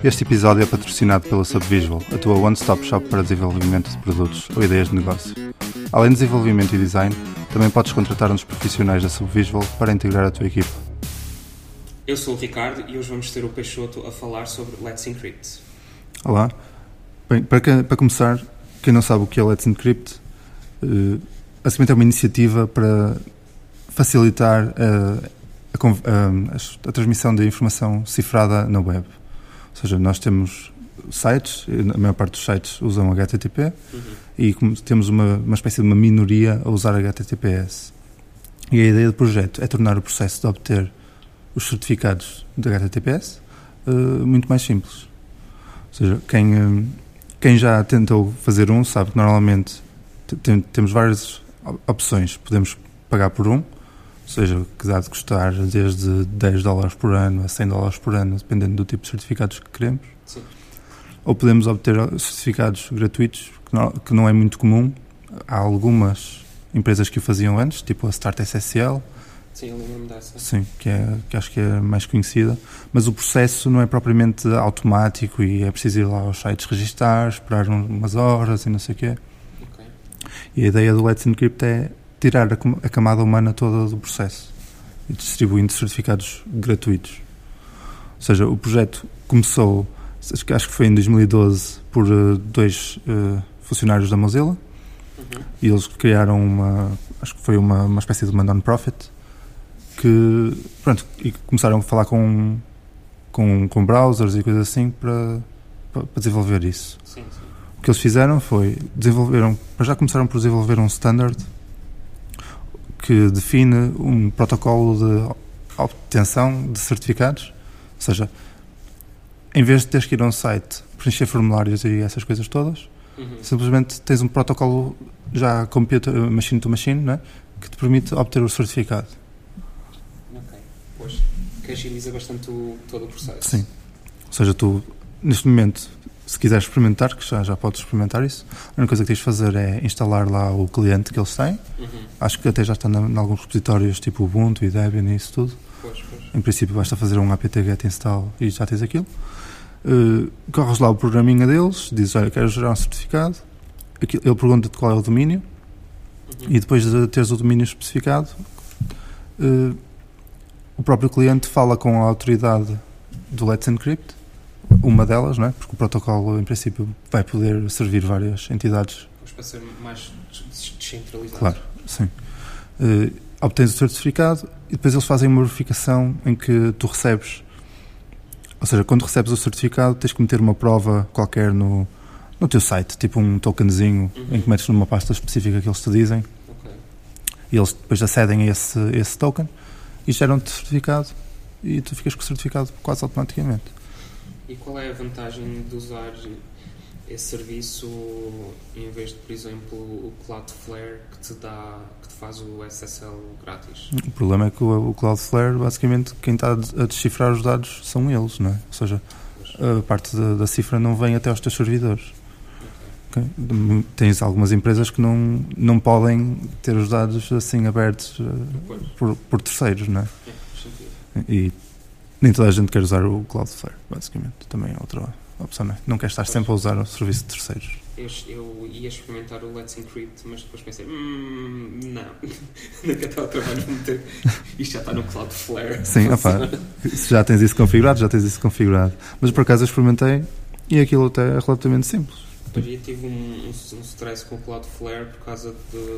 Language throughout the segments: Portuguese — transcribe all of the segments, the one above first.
Este episódio é patrocinado pela Subvisual, a tua one-stop shop para desenvolvimento de produtos ou ideias de negócio. Além de desenvolvimento e design, também podes contratar uns profissionais da Subvisual para integrar a tua equipa. Eu sou o Ricardo e hoje vamos ter o Peixoto a falar sobre Let's Encrypt. Olá. Bem, para começar, quem não sabe o que é Let's Encrypt, basicamente é uma iniciativa para facilitar a transmissão de informação cifrada na web. Ou seja, nós temos sites, a maior parte dos sites usam HTTP, e temos uma espécie de uma minoria a usar HTTPS. E a ideia do projeto é tornar o processo de obter os certificados de HTTPS muito mais simples. Ou seja, quem já tentou fazer um sabe que normalmente temos várias opções. Podemos pagar por um, ou seja, que dá de custar desde $10 por ano a $100 por ano, dependendo do tipo de certificados que queremos. Sim. Ou podemos obter certificados gratuitos, que não é muito comum. Há algumas empresas que o faziam antes, tipo a Start SSL. Sim, eu lembro-me dessa. Sim, que acho que é mais conhecida. Mas o processo não é propriamente automático e é preciso ir lá aos sites registar, esperar umas horas e não sei o quê. Okay. E a ideia do Let's Encrypt é tirar a camada humana toda do processo e distribuindo certificados gratuitos. Ou seja, o projeto começou, acho que foi em 2012, por dois funcionários da Mozilla, e eles criaram acho que foi uma espécie de uma non-profit, e começaram a falar com browsers e coisas assim para desenvolver isso. Sim. O que eles fizeram foi começaram por desenvolver um standard que define um protocolo de obtenção de certificados. Ou seja, em vez de teres que ir a um site preencher formulários e essas coisas todas, simplesmente tens um protocolo já machine to machine, não é? Que te permite obter o certificado. Ok, pois, que agiliza bastante todo o processo. Sim. Ou seja, tu, neste momento, se quiseres experimentar, que já podes experimentar isso, a única coisa que tens de fazer é instalar lá o cliente que eles têm. Acho que até já está em alguns repositórios tipo Ubuntu e Debian e isso tudo. Pois. Em princípio basta fazer um apt-get install e já tens aquilo. Corres lá o programinha deles, dizes, olha, quero gerar um certificado. Ele pergunta-te qual é o domínio, e depois de teres o domínio especificado, o próprio cliente fala com a autoridade do Let's Encrypt, uma delas, não é? Porque o protocolo, em princípio, vai poder servir várias entidades. Pois, para ser mais descentralizado. Claro, sim. Obtens o certificado e depois eles fazem uma verificação em que tu recebes. Ou seja, quando recebes o certificado, tens que meter uma prova qualquer no teu site, tipo um tokenzinho em que metes numa pasta específica que eles te dizem. Okay. E eles depois acedem a esse token e geram-te certificado e tu ficas com o certificado quase automaticamente. E qual é a vantagem de usar esse serviço em vez de, por exemplo, o Cloudflare que te faz o SSL grátis? O problema é que o Cloudflare, basicamente, quem está a descifrar os dados são eles, não é? Ou seja, a parte da cifra não vem até aos teus servidores. Okay? Tens algumas empresas que não podem ter os dados assim abertos por terceiros, não é? E nem toda a gente quer usar o Cloudflare, basicamente. Também é outra opção, não é? Não quer estar sempre a usar o serviço de terceiros. Eu ia experimentar o Let's Encrypt, mas depois pensei, não, nunca está o trabalho de meter, isto já está no Cloudflare. Sim, se já tens isso configurado, Mas por acaso eu experimentei e aquilo até é relativamente simples. Depois eu tive um stress com o Cloudflare por causa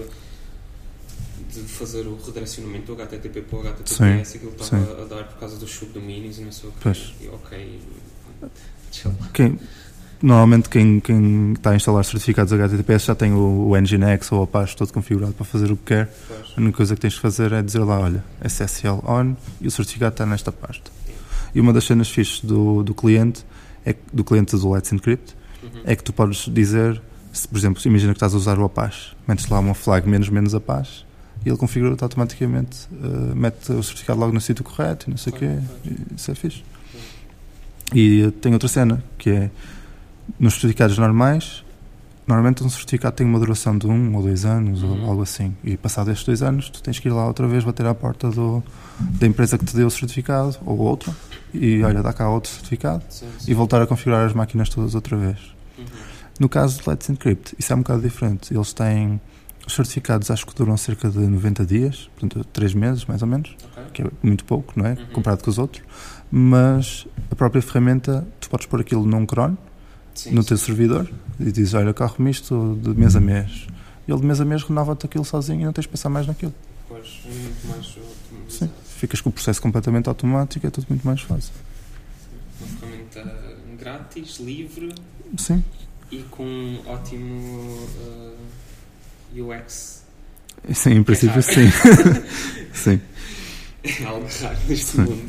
de fazer o redirecionamento do HTTP para o HTTPS, aquilo estava a dar por causa dos subdomínios e não sei o que. Ok, chill. Normalmente quem está a instalar certificados HTTPS já tem o Nginx ou o Apache todo configurado para fazer o que quer. Pois. A única coisa que tens de fazer é dizer lá, olha, SSL on, e o certificado está nesta pasta. E uma das cenas fixes do cliente do Let's Encrypt, é que tu podes dizer, se, por exemplo, imagina que estás a usar o Apache, metes lá uma flag menos Apache, e ele configura-te automaticamente, mete o certificado logo no sítio correto e não sei o quê, isso é fixe. E tem outra cena, que é, nos certificados normais, Normalmente um certificado tem uma duração de 1 ou 2 anos ou algo assim. E passado estes 2 anos, tu tens que ir lá outra vez bater à porta da empresa que te deu o certificado ou outra e olha, dá cá outro certificado e voltar a configurar as máquinas todas outra vez. No caso do Let's Encrypt, isso é um bocado diferente. Eles têm os certificados, acho que duram cerca de 90 dias, portanto 3 meses mais ou menos, que é muito pouco, não é? Comparado com os outros. Mas a própria ferramenta, tu podes pôr aquilo num cron no teu servidor e dizes, olha, corre-me isto de mês a mês. E ele de mês a mês renova-te aquilo sozinho e não tens de pensar mais naquilo. Pois, é muito mais automatizado. Sim, ficas com o processo completamente automático, é tudo muito mais fácil. Uma ferramenta grátis, livre. Sim. E com ótimo UX. Sim, em princípio sim. Sim. É algo raro neste mundo.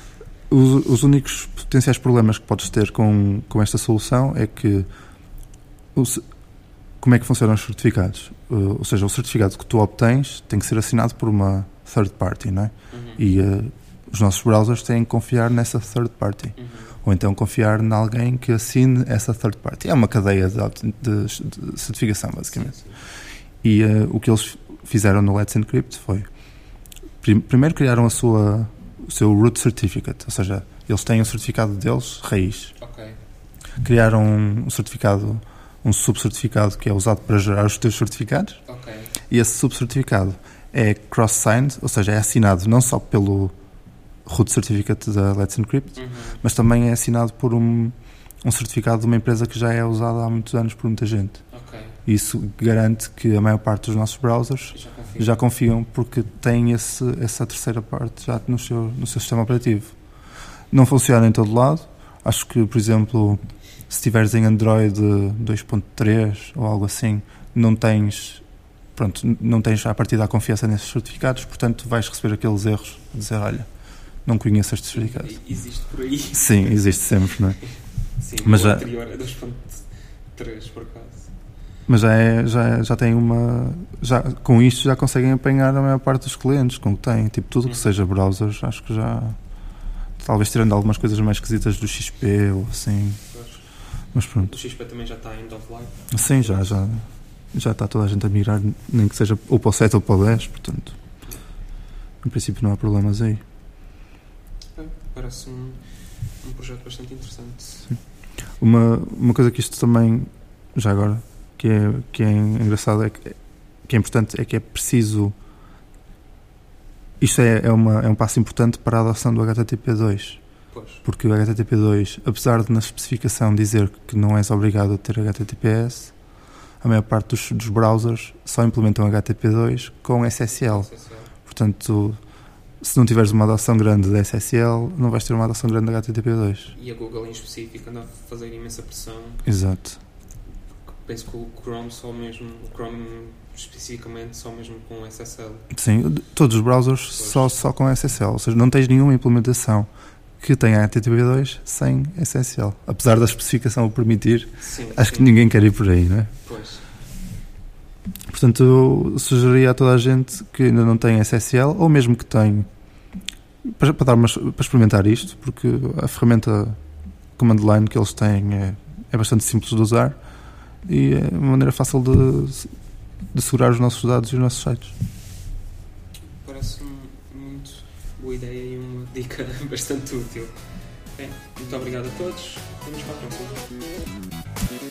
Os únicos potenciais problemas que podes ter com esta solução é que como é que funcionam os certificados? Ou seja, o certificado que tu obtens tem que ser assinado por uma third party, não é? E os nossos browsers têm que confiar nessa third party. Ou então confiar em alguém que assine essa third party. É uma cadeia de certificação, basicamente. Sim. E o que eles fizeram no Let's Encrypt foi primeiro criaram o seu root certificate, ou seja, eles têm o certificado deles, raiz. Criaram um certificado, um subcertificado que é usado para gerar os teus certificados. E esse subcertificado é cross-signed, ou seja, é assinado não só pelo root certificate da Let's Encrypt, mas também é assinado por um certificado de uma empresa que já é usada há muitos anos por muita gente. Isso garante que a maior parte dos nossos browsers já confiam porque tem essa terceira parte já no seu sistema operativo. Não funciona em todo lado. Acho que, por exemplo, se estiveres em Android 2.3 ou algo assim, não tens à partida a confiança nesses certificados, portanto vais receber aqueles erros de dizer, olha, não conheço estes certificados. Existe por aí. Sim, existe sempre, não é? Sim, mas o anterior é 2.3 por acaso. Mas já tem com isto já conseguem apanhar a maior parte dos clientes com o que têm, tipo tudo que seja browsers, acho que já, talvez tirando algumas coisas mais esquisitas do XP ou assim, mas pronto. O XP também já está end of life? Sim, já está toda a gente a migrar, nem que seja ou para o 7 ou para o 10, portanto em princípio não há problemas aí. Parece um projeto bastante interessante. Sim. Uma coisa que isto também, já agora, que é engraçado, que é importante, é que é preciso. Isto é um passo importante para a adoção do HTTP2. Porque o HTTP2, apesar de na especificação dizer que não és obrigado a ter HTTPS, a maior parte dos browsers só implementam HTTP2 com SSL. Portanto, se não tiveres uma adoção grande de SSL, não vais ter uma adoção grande de HTTP2. E a Google em específico anda a fazer imensa pressão. Exato. Penso que o Chrome especificamente só mesmo com SSL. Sim, todos os browsers só com SSL, ou seja, não tens nenhuma implementação que tenha HTTP2 sem SSL. Apesar da especificação o permitir, acho que ninguém quer ir por aí, não é? Pois. Portanto, eu sugeriria a toda a gente que ainda não tem SSL, ou mesmo que tenha, para experimentar isto, porque a ferramenta command line que eles têm é bastante simples de usar e é uma maneira fácil de segurar os nossos dados e os nossos sites. Parece-me muito boa ideia e uma dica bastante útil. Muito obrigado a todos. Vamos para a próxima.